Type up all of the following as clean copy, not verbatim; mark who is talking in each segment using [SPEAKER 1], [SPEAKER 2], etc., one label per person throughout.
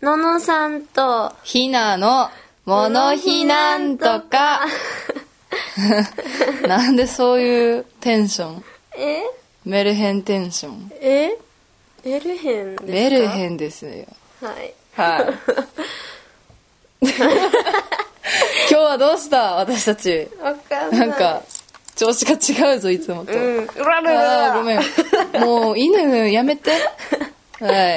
[SPEAKER 1] ののさんと
[SPEAKER 2] ひなのものひなんとかなんでそういうテンション？メルヘンテンション。
[SPEAKER 1] メルヘンですか？
[SPEAKER 2] メルヘンですよ。
[SPEAKER 1] はい
[SPEAKER 2] 今日はどうした私たち。
[SPEAKER 1] わかんない。
[SPEAKER 2] なんか調子が違うぞいつもと。
[SPEAKER 1] ご
[SPEAKER 2] めん。もう犬やめて。はい。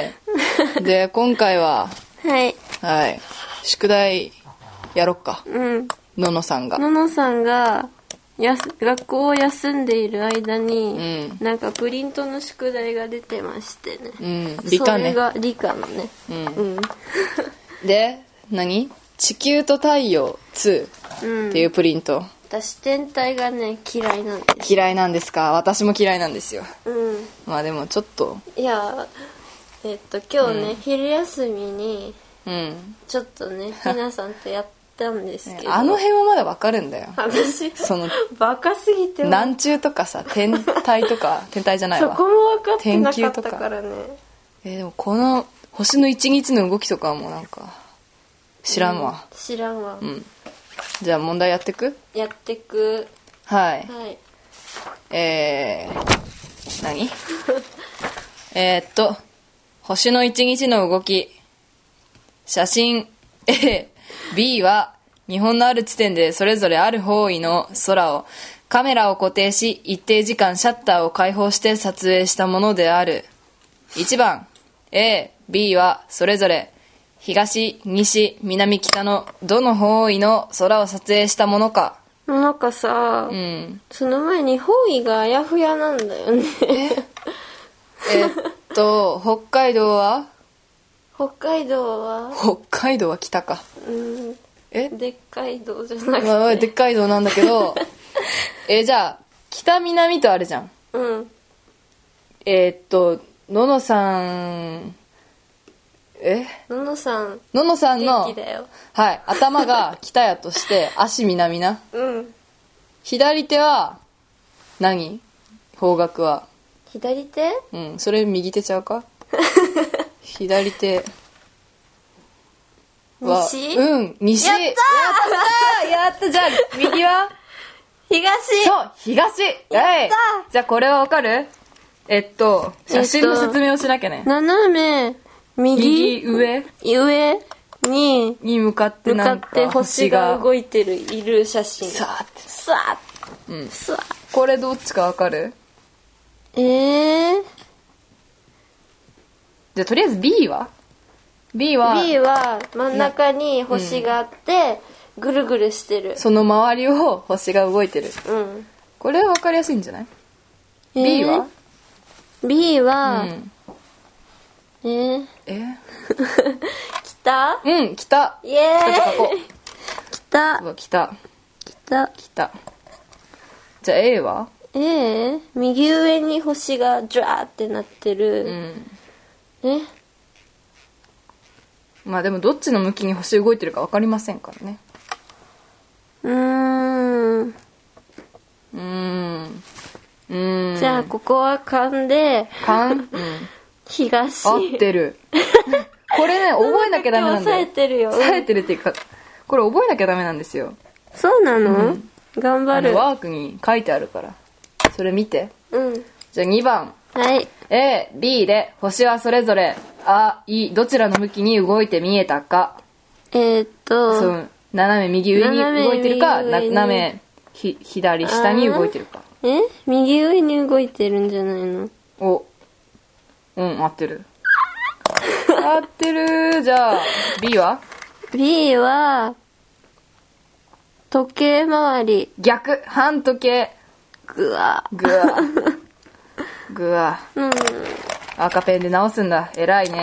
[SPEAKER 2] で今回ははい宿題やろっか。ののさんが。
[SPEAKER 1] ののさんが学校を休んでいる間に、なんかプリントの宿題が出てましてね。
[SPEAKER 2] 理科ね。
[SPEAKER 1] それが理科のね。
[SPEAKER 2] で何？地球と太陽2っていうプリント。
[SPEAKER 1] 私天体がね嫌いなんです。
[SPEAKER 2] 嫌いなんですか？私も嫌いなんですよ。まあでもちょっと
[SPEAKER 1] いや今日ね、昼休みにちょっとねひなさんとやったんですけど、
[SPEAKER 2] あの辺はまだわかるんだよ。
[SPEAKER 1] 私
[SPEAKER 2] その
[SPEAKER 1] バカすぎて
[SPEAKER 2] 南中とかさ天体とか天体じゃないわ、
[SPEAKER 1] そこも分かってなかったからね。
[SPEAKER 2] でもこの星の一日の動きとかはもうなんか知らんわ、
[SPEAKER 1] 知らんわ。
[SPEAKER 2] じゃあ問題やってく？
[SPEAKER 1] やってく。
[SPEAKER 2] はい、何星の一日の動き。写真 A、B は日本のある地点でそれぞれある方位の空をカメラを固定し一定時間シャッターを開放して撮影したものである。1番 A、B はそれぞれ東、西、南、北のどの方位の空を撮影したものか。
[SPEAKER 1] なんかさ、その前に方位があやふやなんだよね。
[SPEAKER 2] 北海道は
[SPEAKER 1] 北海道は
[SPEAKER 2] 北か。
[SPEAKER 1] でっかい道じゃなくて、
[SPEAKER 2] でっかい道なんだけどじゃあ北南とあるじゃん。ののさん
[SPEAKER 1] ののさん
[SPEAKER 2] の
[SPEAKER 1] 元気だよ。
[SPEAKER 2] はい頭が北やとして足南な。左手は何？方角は
[SPEAKER 1] 左手？
[SPEAKER 2] それ右手ちゃうか？左手は西。やったじゃあ右は
[SPEAKER 1] 東。
[SPEAKER 2] そう東。じゃあこれはわかる？写真の説明をしなきゃね。
[SPEAKER 1] 斜め右
[SPEAKER 2] 上
[SPEAKER 1] に
[SPEAKER 2] 向かってなんか
[SPEAKER 1] 星が動いている写真。
[SPEAKER 2] さあこれどっちかわかる？じゃあとりあえず B は
[SPEAKER 1] 真ん中に星があってぐるぐるしてる。
[SPEAKER 2] その周りを星が動いてる。これは分かりやすいんじゃない？ B は
[SPEAKER 1] 北？
[SPEAKER 2] 北。
[SPEAKER 1] イエーイ。
[SPEAKER 2] 北。じゃあ A は？
[SPEAKER 1] 右上に星がジャーってなってる。
[SPEAKER 2] まあでもどっちの向きに星動いてるか分かりませんからね。
[SPEAKER 1] じゃあここは勘で東。
[SPEAKER 2] 合ってる。これね覚えなきゃダメなんだよ。
[SPEAKER 1] 冴えてるよ。
[SPEAKER 2] 冴えてるっていうかこれ覚えなきゃダメなんですよ。
[SPEAKER 1] そうなの？頑張る。
[SPEAKER 2] ワークに書いてあるからそれ見て。じゃあ2番。A、B で星はそれぞれどちらの向きに動いて見えたか。そう斜め右上に動いてるか斜め左下に動いてるか。
[SPEAKER 1] 右上に動いてるんじゃないの？
[SPEAKER 2] 合ってる。合ってる。じゃあ B は？
[SPEAKER 1] B は時計回り。
[SPEAKER 2] 逆。反時計。
[SPEAKER 1] ぐわ。
[SPEAKER 2] 赤ペンで直すんだ。偉いね。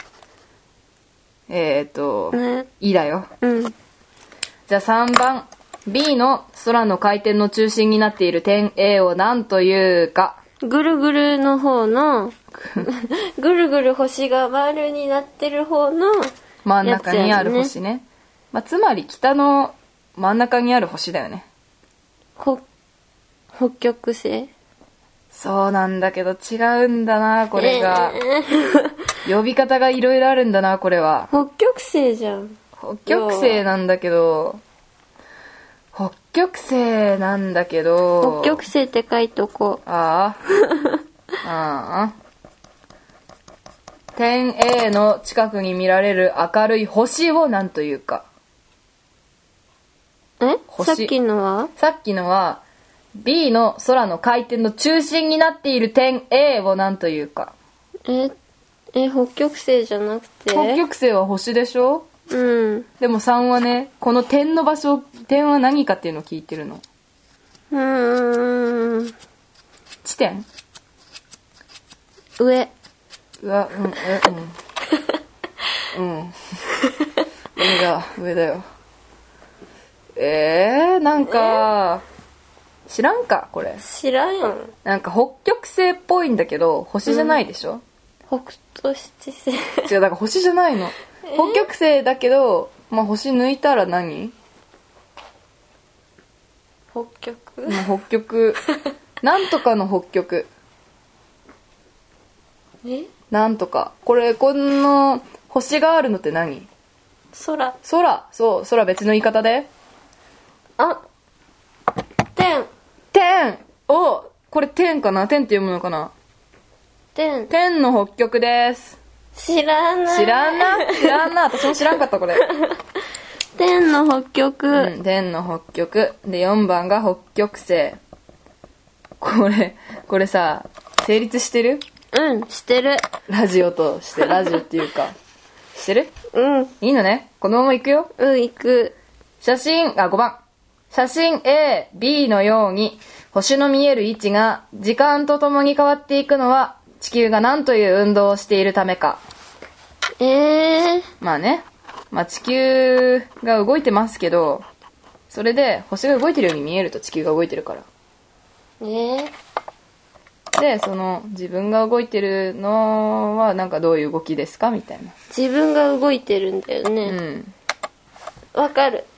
[SPEAKER 2] いいだよ。じゃあ3番 B の空の回転の中心になっている点 A を何というか。
[SPEAKER 1] ぐるぐるの方のぐるぐる星が丸になってる方の
[SPEAKER 2] 真ん中にある星ね。つまり北の真ん中にある星だよね。
[SPEAKER 1] 北極星？
[SPEAKER 2] そうなんだけど違うんだなこれが。 呼び方がいろいろあるんだな、これは。
[SPEAKER 1] 北極星じゃん。
[SPEAKER 2] 北極星なんだけど、北極星なんだけど、
[SPEAKER 1] 北極星って書いとこう。
[SPEAKER 2] ああ。ああ。点 A の近くに見られる明るい星を何というか。
[SPEAKER 1] さっきのは？
[SPEAKER 2] さっきのは B の空の回転の中心になっている点 A を何というか。
[SPEAKER 1] 北極星じゃなくて？
[SPEAKER 2] 北極星は星でしょ？
[SPEAKER 1] うん。
[SPEAKER 2] でも3はね、この点の場所、点は何かっていうのを聞いてるの。地点？
[SPEAKER 1] 上。
[SPEAKER 2] 上だよ。なんか、知らんかこれ。
[SPEAKER 1] 知らんよ。
[SPEAKER 2] なんか北極星っぽいんだけど、星じゃないでしょ？
[SPEAKER 1] 北斗七星。
[SPEAKER 2] 違う、だから星じゃないの。北極星だけど、まあ星抜いたら何？
[SPEAKER 1] 北極？
[SPEAKER 2] 北極。なんとかの北極。なんとか。この星があるのって何？
[SPEAKER 1] 空。
[SPEAKER 2] そう、空別の言い方で。
[SPEAKER 1] 点。
[SPEAKER 2] これ点かな？点って読むのかな？点の北極です。
[SPEAKER 1] 知らんな。
[SPEAKER 2] 私も知らんかった、これ。
[SPEAKER 1] 点の北極。
[SPEAKER 2] 点の北極。で、4番が北極星。これさ、成立してる？
[SPEAKER 1] うん、してる。
[SPEAKER 2] ラジオとして、ラジオっていうか。してる？
[SPEAKER 1] うん。
[SPEAKER 2] いいのね？このまま行くよ。
[SPEAKER 1] 行く。
[SPEAKER 2] 5番。写真 A、B のように、星の見える位置が時間とともに変わっていくのは、地球が何という運動をしているためか。まあね。まあ地球が動いてますけど、それで星が動いてるように見えると地球が動いてるから。で、自分が動いてるのはなんかどういう動きですかみたいな。
[SPEAKER 1] 自分が動いてるんだよね。
[SPEAKER 2] うん。
[SPEAKER 1] わかる。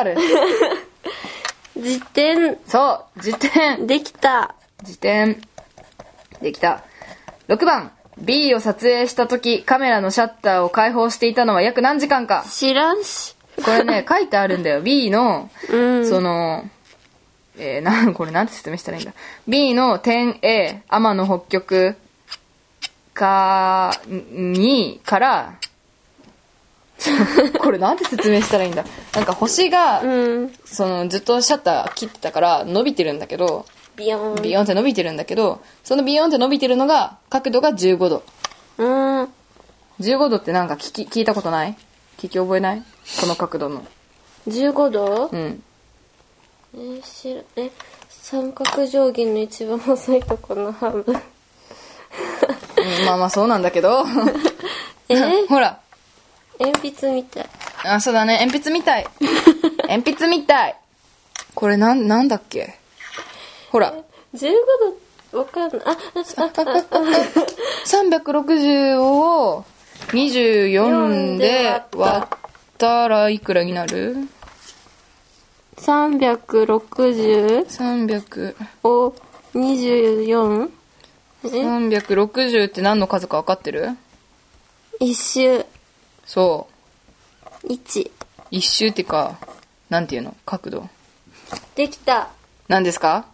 [SPEAKER 1] 自転。
[SPEAKER 2] そう、自転。
[SPEAKER 1] できた。
[SPEAKER 2] できた。6番。B を撮影した時、カメラのシャッターを開放していたのは約何時間か。
[SPEAKER 1] 知らんし。
[SPEAKER 2] これね、書いてあるんだよ。B の、これなんて説明したらいいんだ。B の点 A、天の北極から、これなんて説明したらいいんだ。なんか星が、ずっとシャッター切ってたから伸びてるんだけど、
[SPEAKER 1] ビヨーン。
[SPEAKER 2] ビヨーンって伸びてるんだけど、そのビヨーンって伸びてるのが、角度が15度。15度ってなんか聞いたことない？聞き覚えない？この角度の。
[SPEAKER 1] 15度？
[SPEAKER 2] うん。
[SPEAKER 1] 三角定規の一番細いとこの半分。
[SPEAKER 2] まあそうなんだけど。ほら。
[SPEAKER 1] 鉛筆みたい。
[SPEAKER 2] あ、そうだね。鉛筆みたい。これなんだっけ？ほら。
[SPEAKER 1] 15度わかんない。
[SPEAKER 2] 360を24で割ったらいくらになる？
[SPEAKER 1] 360 を 24？
[SPEAKER 2] 360って何の数か分かってる？
[SPEAKER 1] 一周。
[SPEAKER 2] そう。
[SPEAKER 1] 1。
[SPEAKER 2] 一周ってか、なんていうの？角度。
[SPEAKER 1] できた。
[SPEAKER 2] 何ですか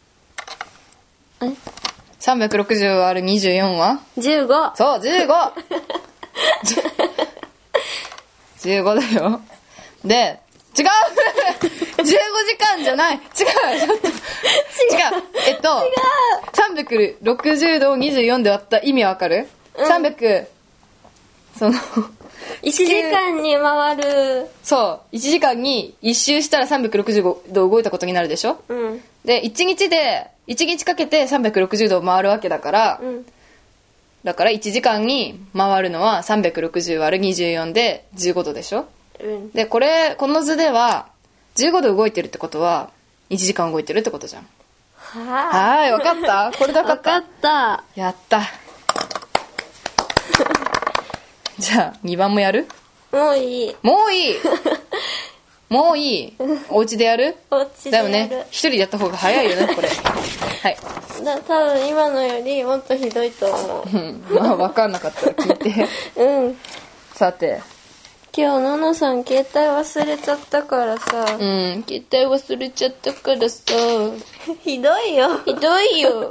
[SPEAKER 2] ？360割る24は
[SPEAKER 1] 15。
[SPEAKER 2] そう、15。15だよ。で、違う15時間じゃない。違う。360度を24で割った意味わかる？ 300、
[SPEAKER 1] 1時間に回る。
[SPEAKER 2] そう、1時間に1周したら360度動いたことになるでしょ？で、1日かけて360度回るわけだから、だから1時間に回るのは360割る24で15度でしょ？で、この図では、15度動いてるってことは、1時間動いてるってことじゃん。はい、わかった？これでわかった？
[SPEAKER 1] わかった。
[SPEAKER 2] やった。じゃあ、2番もやる？
[SPEAKER 1] もういい。
[SPEAKER 2] お家でやる？
[SPEAKER 1] お家でやる。
[SPEAKER 2] だよね。一人でやった方が早いよね、これ。 はい
[SPEAKER 1] 多分今のよりもっとひどいと思う。
[SPEAKER 2] まあ分かんなかったら聞いてさて、
[SPEAKER 1] 今日ののさん携帯忘れちゃったからさ。
[SPEAKER 2] 携帯忘れちゃったからさ。
[SPEAKER 1] ひどいよ。
[SPEAKER 2] ひどいよ。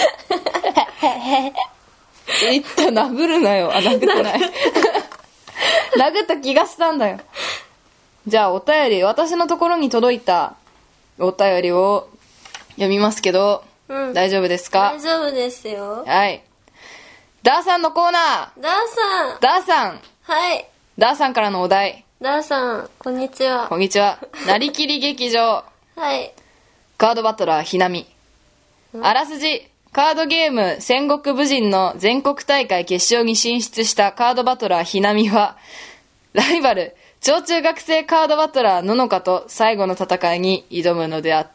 [SPEAKER 2] 言った殴るなよ。殴ってない。殴った気がしたんだよ。じゃあお便り、私のところに届いたお便りを読みますけど、大丈夫ですか？
[SPEAKER 1] 大丈夫ですよ。
[SPEAKER 2] はい。ダーさんのコーナー。
[SPEAKER 1] ダーさん。
[SPEAKER 2] ダーさん。
[SPEAKER 1] はい。
[SPEAKER 2] ダーさんからのお題。
[SPEAKER 1] ダーさん、こんにちは。
[SPEAKER 2] こんにちは。なりきり劇場。
[SPEAKER 1] はい。
[SPEAKER 2] カードバトラーひなみ。あらすじ。カードゲーム戦国武人の全国大会決勝に進出したカードバトラーひなみは、ライバル、小中学生カードバトラーののかと最後の戦いに挑むのであった。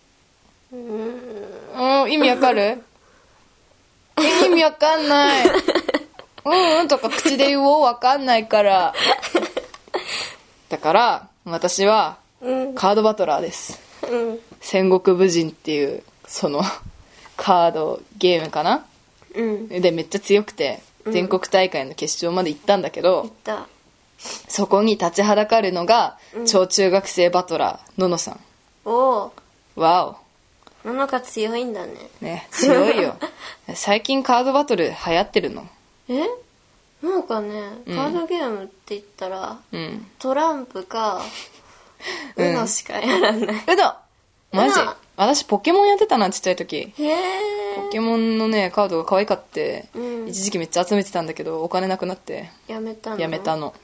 [SPEAKER 2] 意味わかる？意味わかんない。とか口で言おう、わかんないから。だから、私は、カードバトラーです。戦国武人っていう、その、カードゲームかな？で、めっちゃ強くて、全国大会の決勝まで行ったんだけど、そこに立ちはだかるのが、小中学生バトラー、ののさん。
[SPEAKER 1] おー。
[SPEAKER 2] わお。
[SPEAKER 1] ののか強いんだね。
[SPEAKER 2] ね、強いよ。最近カードバトル流行ってるの？
[SPEAKER 1] なんかね、カードゲームって言ったら、トランプか、UNO しかやらない。
[SPEAKER 2] UNO！マジ？私ポケモンやってたな、ちっちゃい時。ポケモンのね、カードが可愛かって、一時期めっちゃ集めてたんだけど、お金なくなって。
[SPEAKER 1] やめたの。
[SPEAKER 2] やめたの。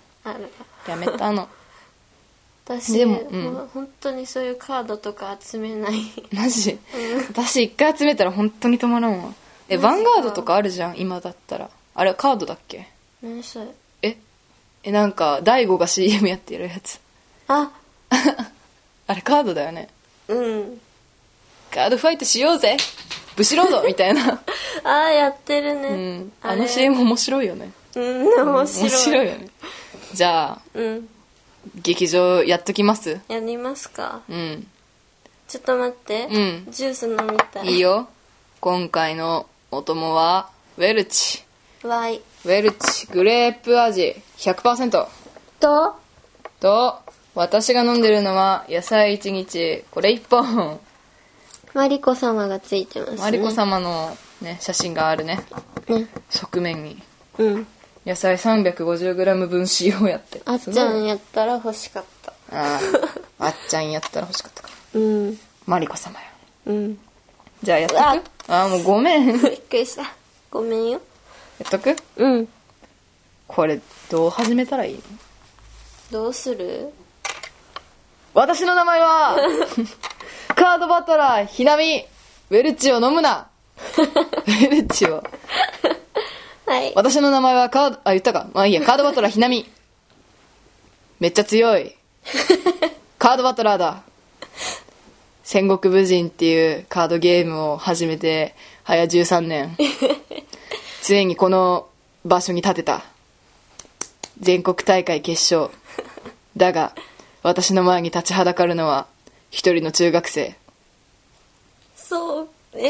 [SPEAKER 1] 私、でも、本当にそういうカードとか集めない。
[SPEAKER 2] マジ？私一回集めたら本当に止まらんわ。ヴァンガードとかあるじゃん、今だったら。あれカードだっけ？
[SPEAKER 1] 何それ？
[SPEAKER 2] なんか大悟が CM やってるやつ。
[SPEAKER 1] あ
[SPEAKER 2] れカードだよね。カードファイトしようぜブシロードみたいな。
[SPEAKER 1] やってるね。
[SPEAKER 2] あの CM 面白いよね。
[SPEAKER 1] 面白
[SPEAKER 2] いよね。じゃあ、劇場やっときます？
[SPEAKER 1] やりますか。ちょっと待って、ジュース飲みたい。
[SPEAKER 2] いいよ。今回のお供はウェルチ。
[SPEAKER 1] ワイ。
[SPEAKER 2] ウェルチグレープ味 100% と私が飲んでるのは野菜1日これ1本。
[SPEAKER 1] マリコ様がついてますね。
[SPEAKER 2] マリコ様のね写真があるね。側面に野菜 350g 分使用やって。
[SPEAKER 1] あっちゃんやったら欲しかった。
[SPEAKER 2] あっちゃんやったら欲しかったから。マリコ様よ。じゃあやっとく？もうごめん。
[SPEAKER 1] びっくりした。ごめんよ。
[SPEAKER 2] やっとく？これどう始めたらいいの？
[SPEAKER 1] どうする？
[SPEAKER 2] 私の名前はカードバトラーひなみ。ウェルチを飲むな。ウェルチを。
[SPEAKER 1] はい。
[SPEAKER 2] 私の名前は言ったか。まあいいや。カードバトラーひなみ。めっちゃ強い。カードバトラーだ。戦国武人っていうカードゲームを始めて早13年。ついにこの場所に立てた。全国大会決勝。だが、私の前に立ちはだかるのは一人の中学生。
[SPEAKER 1] そう。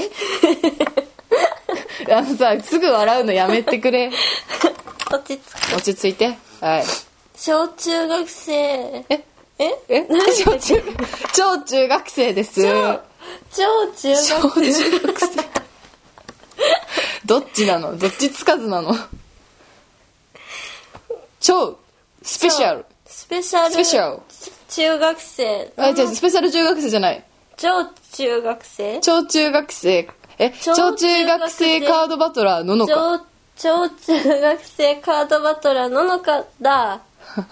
[SPEAKER 2] すぐ笑うのやめてくれ。
[SPEAKER 1] 落
[SPEAKER 2] ち着いて。はい。
[SPEAKER 1] 小中学生。
[SPEAKER 2] 超中学生です。
[SPEAKER 1] 超中学生。
[SPEAKER 2] どっちなの？どっちつかずなの？超スペシャル中学生。 じゃあスペシャル中学生じゃない。
[SPEAKER 1] 超中学生
[SPEAKER 2] 超中学生カードバトラーののか。
[SPEAKER 1] 超中学生カードバトラーののかだ。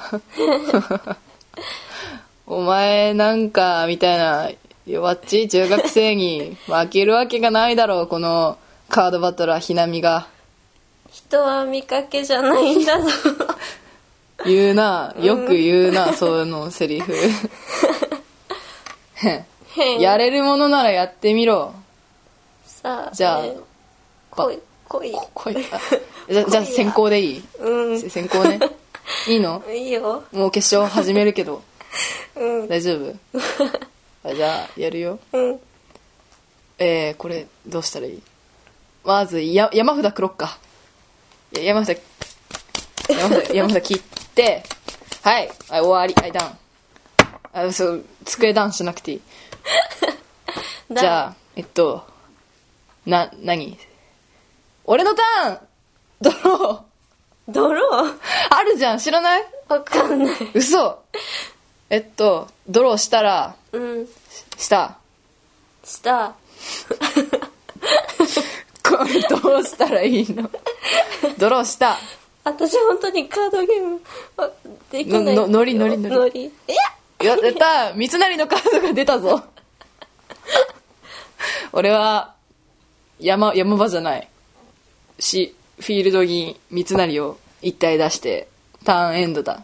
[SPEAKER 2] お前なんかみたいな弱っちい中学生に負けるわけがないだろう。このカードバトラーひなみが。
[SPEAKER 1] 人は見かけじゃないんだぞ。
[SPEAKER 2] 言うな、よく言うな、そのセリフ。やれるものならやってみろ。
[SPEAKER 1] さあ、
[SPEAKER 2] じゃあ、
[SPEAKER 1] 来い。
[SPEAKER 2] じゃあ先行でいい？先行ね。いいの？
[SPEAKER 1] いいよ。
[SPEAKER 2] もう決勝始めるけど。大丈夫？じゃあやるよ。 これどうしたらいい？まず山札黒っか。山札切って、はい、終わり。はい、ダン。そう、机ダンしなくていい。じゃあ、何俺のターンドローあるじゃん、知らない？
[SPEAKER 1] わかんない。
[SPEAKER 2] 嘘。ドローしたら、した。これどうしたらいいの？ドローした。
[SPEAKER 1] 私本当にカードゲームできない。
[SPEAKER 2] ノリ。やった三成のカードが出たぞ。俺は山場じゃないフィールドに三成を一体出してターンエンドだ。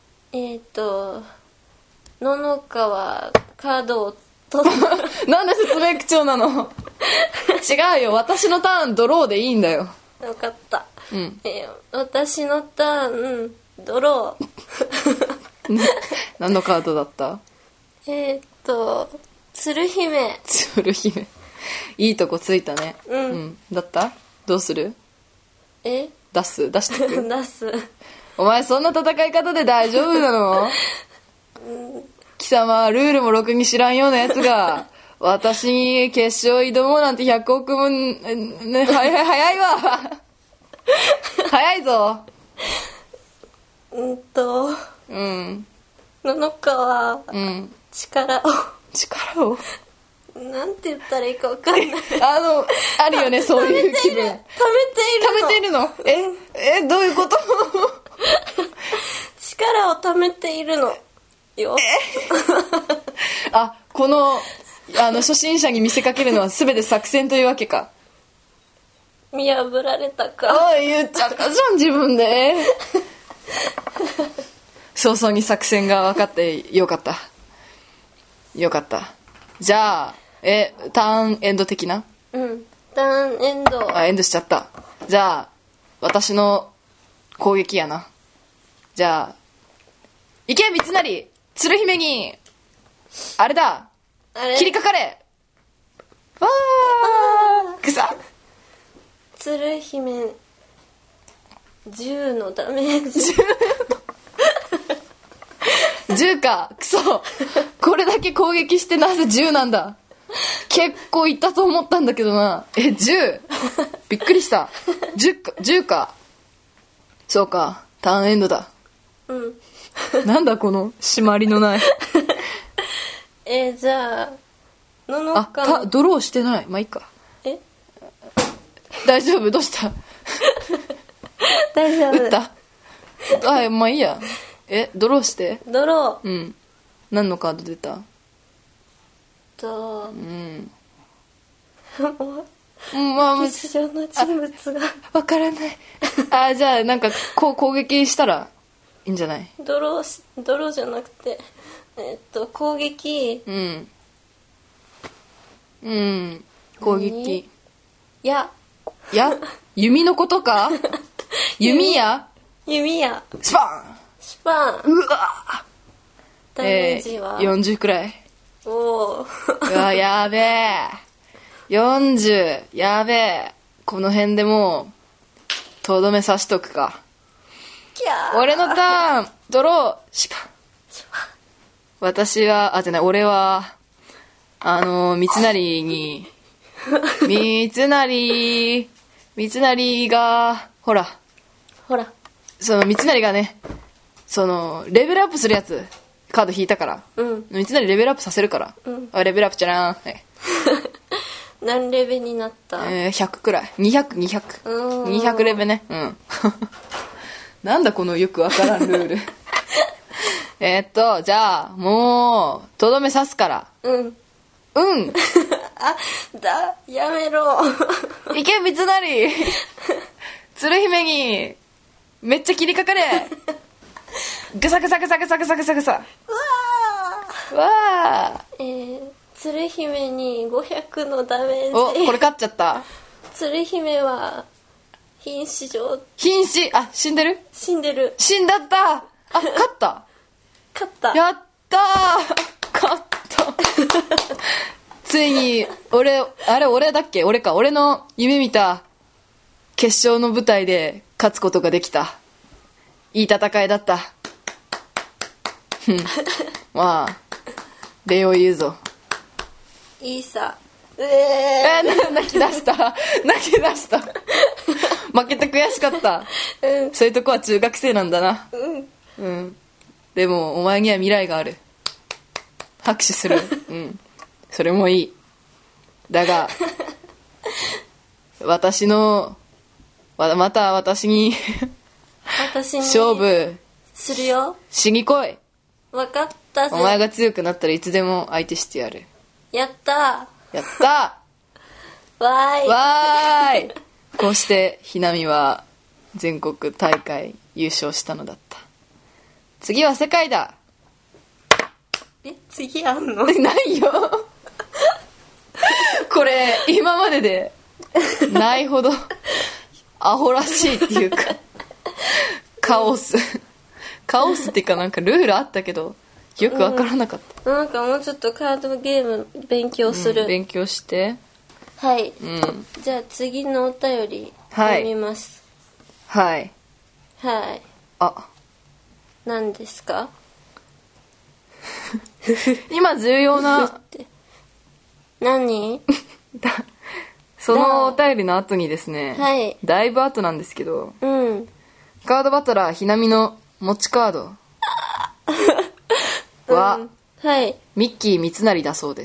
[SPEAKER 1] ののかはカードを取っ
[SPEAKER 2] なんで説明口調なの？違うよ、私のターンドローでいいんだよ。
[SPEAKER 1] 分かった、私のターンドロー。
[SPEAKER 2] 何のカードだった？
[SPEAKER 1] 鶴姫。
[SPEAKER 2] いいとこついたね。だった？どうする？出してく？
[SPEAKER 1] 出す。
[SPEAKER 2] お前そんな戦い方で大丈夫なの？貴様ルールもろくに知らんようなやつが私に決勝挑もうなんて100億分、早いわ。早いぞ。
[SPEAKER 1] ののかは力をなんて言ったらいいか分かんない。
[SPEAKER 2] あるよね、そういう気分。
[SPEAKER 1] 溜めているの。
[SPEAKER 2] どういうこと？
[SPEAKER 1] 力を溜めているのよ。
[SPEAKER 2] この初心者に見せかけるのは全て作戦というわけか。
[SPEAKER 1] 見破られたか。
[SPEAKER 2] 言っちゃったじゃん、自分で。早々に作戦が分かってよかった。じゃあターンエンド的な？
[SPEAKER 1] ターンエンド。
[SPEAKER 2] エンドしちゃった。じゃあ私の攻撃やな。じゃあいけ三成、鶴姫にあれだ、切りかかれ。わーくさ。
[SPEAKER 1] 鶴姫10のダメージ。
[SPEAKER 2] 10か、くそ。これだけ攻撃してなぜ10なんだ。結構いったと思ったんだけどな。10？ びっくりした。10か。そうか、ターンエンドだ。なんだこの締まりのない。
[SPEAKER 1] じゃあののか
[SPEAKER 2] ドローしてない。まあいいか。大丈夫？どうした？
[SPEAKER 1] 大丈夫。
[SPEAKER 2] 打った？まあいいや。ドローして。
[SPEAKER 1] ドロー。
[SPEAKER 2] 何のカード出た？
[SPEAKER 1] 歴史上の人物が
[SPEAKER 2] わからない。じゃあなんか攻撃したらいいんじゃない？
[SPEAKER 1] ドローじゃなくて攻撃。
[SPEAKER 2] 攻撃。弓のことか？弓矢スパン。うわ。
[SPEAKER 1] ダメージは
[SPEAKER 2] 40くらい。
[SPEAKER 1] お
[SPEAKER 2] うわ、やべえ。40、やべえ。この辺でもうとどめ刺しとくか。俺のターンドローシパン。俺は三成がほらその三成がね、レベルアップするやつカード引いたから、三成レベルアップさせるから、レベルアップじゃなーい。
[SPEAKER 1] 何レベになった？
[SPEAKER 2] 100 くらい。200レベね。なんだこのよくわからんルール。じゃあもうとどめ刺すから。
[SPEAKER 1] やめろ。
[SPEAKER 2] いけ三成。鶴姫にめっちゃ切りかかれ。ぐさぐさ。わー。
[SPEAKER 1] 鶴姫に500のダメージ。
[SPEAKER 2] これ勝っちゃった。
[SPEAKER 1] 鶴姫は瀕死。
[SPEAKER 2] 死んでる？
[SPEAKER 1] 死んでる。
[SPEAKER 2] 死んだった。勝った。やったー。勝った。 ついに俺だっけ、俺の夢見た決勝の舞台で勝つことができた。いい戦いだった。まあ礼を言うぞ。
[SPEAKER 1] いいさ。
[SPEAKER 2] 泣き出した負けて悔しかった、そういうとこは中学生なんだな。でもお前には未来がある。拍手する。それもいい。だがまた私に勝負
[SPEAKER 1] するよ。
[SPEAKER 2] しに来い。
[SPEAKER 1] 分かったぜ。
[SPEAKER 2] お前が強くなったらいつでも相手してやる。
[SPEAKER 1] やった
[SPEAKER 2] わーい。こうしてひなみは全国大会優勝したのだった。次は世界だ。
[SPEAKER 1] 次あんの？
[SPEAKER 2] ないよ。これ今まででないほどアホらしいっていうかカオスっていうか、なんかルールあったけどよくわからなかった、
[SPEAKER 1] なんかもうちょっとカードゲーム勉強する、
[SPEAKER 2] 勉強して。
[SPEAKER 1] はい、じゃあ次のお便り読みます。
[SPEAKER 2] はい
[SPEAKER 1] 何ですか？
[SPEAKER 2] 今重要な
[SPEAKER 1] 何？
[SPEAKER 2] そのお便りの後にですね、だいぶ後なんですけど、カードバトラーひなみの持ちカードは、ミッキー三成だそうです。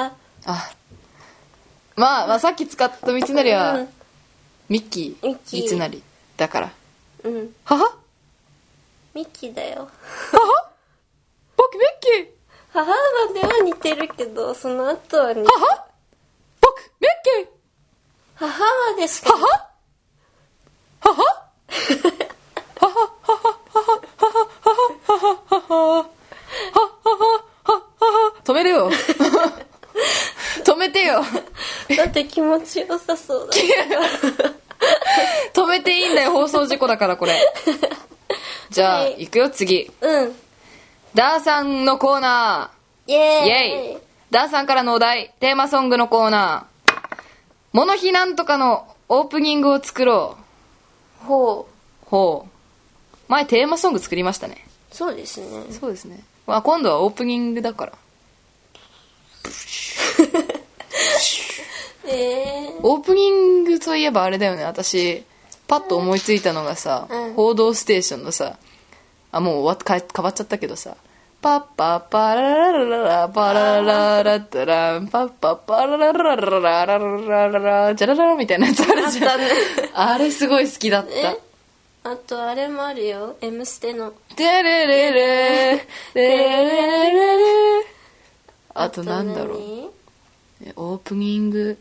[SPEAKER 2] まあさっき使った三成はミッキー三成だから。はは
[SPEAKER 1] ミッキーだよ。
[SPEAKER 2] はは僕ミッキー。
[SPEAKER 1] 母までは似てるけど、その後は似てる。
[SPEAKER 2] 僕ミッキー。
[SPEAKER 1] 母までしか。
[SPEAKER 2] 止めるよ。止めてよ。
[SPEAKER 1] だって気持ちよさそうだ。
[SPEAKER 2] 止めていいんだよ、放送事故だからこれ。じゃあ、行くよ次。ダーさんのコーナー。イエイ。ダーさんからのお題、テーマソングのコーナー。モノヒなんとかのオープニングを作ろう。ほう。前テーマソング作りましたね。
[SPEAKER 1] そうですね。
[SPEAKER 2] 今度はオープニングだから。オープニングといえばあれだよね、私パッと思いついたのがさ、報道ステーションのさ、もう変わっちゃったけどさ、パッパッパラララララパラララッタランパッパッパラララララララララジャララみたいなやつあるじゃん。あれすごい好きだった。
[SPEAKER 1] あとあれもあるよ、Mステの
[SPEAKER 2] テレレレレレレレ。あとなんだろう、オープニング。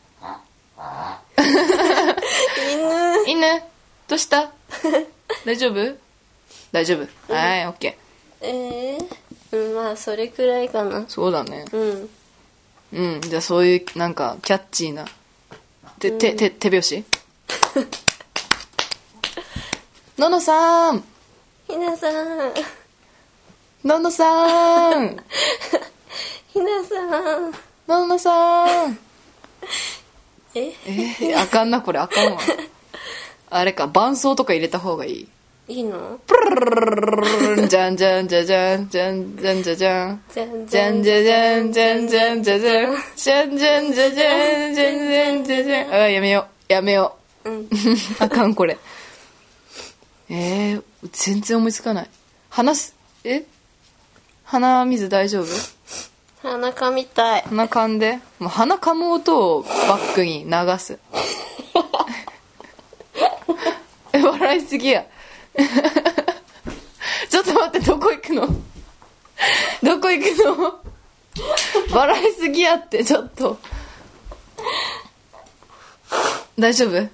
[SPEAKER 2] 犬どうした？大丈夫？はい、オッケ
[SPEAKER 1] ー。まあそれくらいかな。
[SPEAKER 2] そうだね。じゃあそういうなんかキャッチーな手拍子。ののさん、
[SPEAKER 1] ひなさん、
[SPEAKER 2] ののさん、
[SPEAKER 1] ひなさん、
[SPEAKER 2] ののさん。あかんな、これあかんわ。あれか、伴奏とか入れた方がいい。
[SPEAKER 1] いいの？
[SPEAKER 2] プルルルルルルじゃんじゃんじゃじゃんじゃんじゃんじゃじゃんじゃんじゃんじゃじゃんじゃんじゃんじゃじゃんじゃんじゃんじゃじゃんじゃんじゃんじゃじゃん。やめよう。あかんこれ。全然思いつかない。鼻水大丈夫？
[SPEAKER 1] 鼻かみたい。
[SPEAKER 2] 鼻かんで。もう鼻かむ音をバックに流す。笑いすぎや。ちょっと待って、どこ行くの？笑いすぎやって、ちょっと。大丈夫？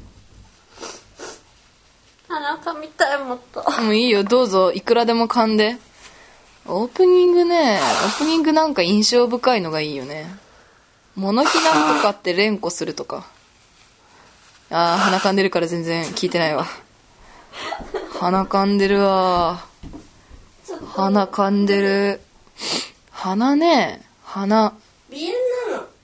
[SPEAKER 1] 鼻かみたい、もっと。
[SPEAKER 2] もういいよ、どうぞ、いくらでも噛んで。オープニングなんか印象深いのがいいよね。モノヒなんとかって連呼するとか。鼻かんでるから全然聞いてないわ。鼻かんでるわ。鼻かんでる。鼻ね、鼻。
[SPEAKER 1] 鼻炎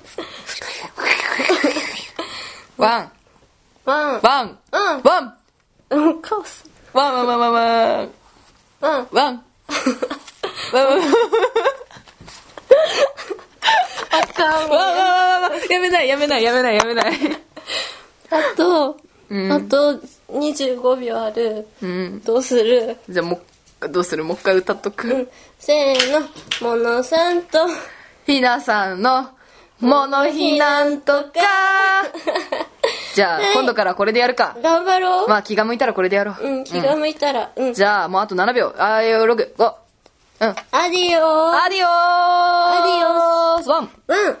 [SPEAKER 2] ワン
[SPEAKER 1] ワン。
[SPEAKER 2] ワン
[SPEAKER 1] うん。
[SPEAKER 2] ワン
[SPEAKER 1] うん、カオス。
[SPEAKER 2] ワンワンワンワンワン
[SPEAKER 1] うん。
[SPEAKER 2] ワンワンワン
[SPEAKER 1] あかんわ。
[SPEAKER 2] やめない。
[SPEAKER 1] あと25秒ある。どうする？
[SPEAKER 2] じゃあどうする？もう一回歌っとく。
[SPEAKER 1] せーの。モノさんと
[SPEAKER 2] ひなさんのモノひなんとか。じじゃあ、今度からこれでやるか。
[SPEAKER 1] 頑張ろう。
[SPEAKER 2] まあ気が向いたらこれでやろう。
[SPEAKER 1] うん、気が向いたら。
[SPEAKER 2] じゃあ、もうあと7秒。あーよ、6、5。うん。
[SPEAKER 1] アディオー。
[SPEAKER 2] アディオー
[SPEAKER 1] アディオ
[SPEAKER 2] ースワン。
[SPEAKER 1] うん。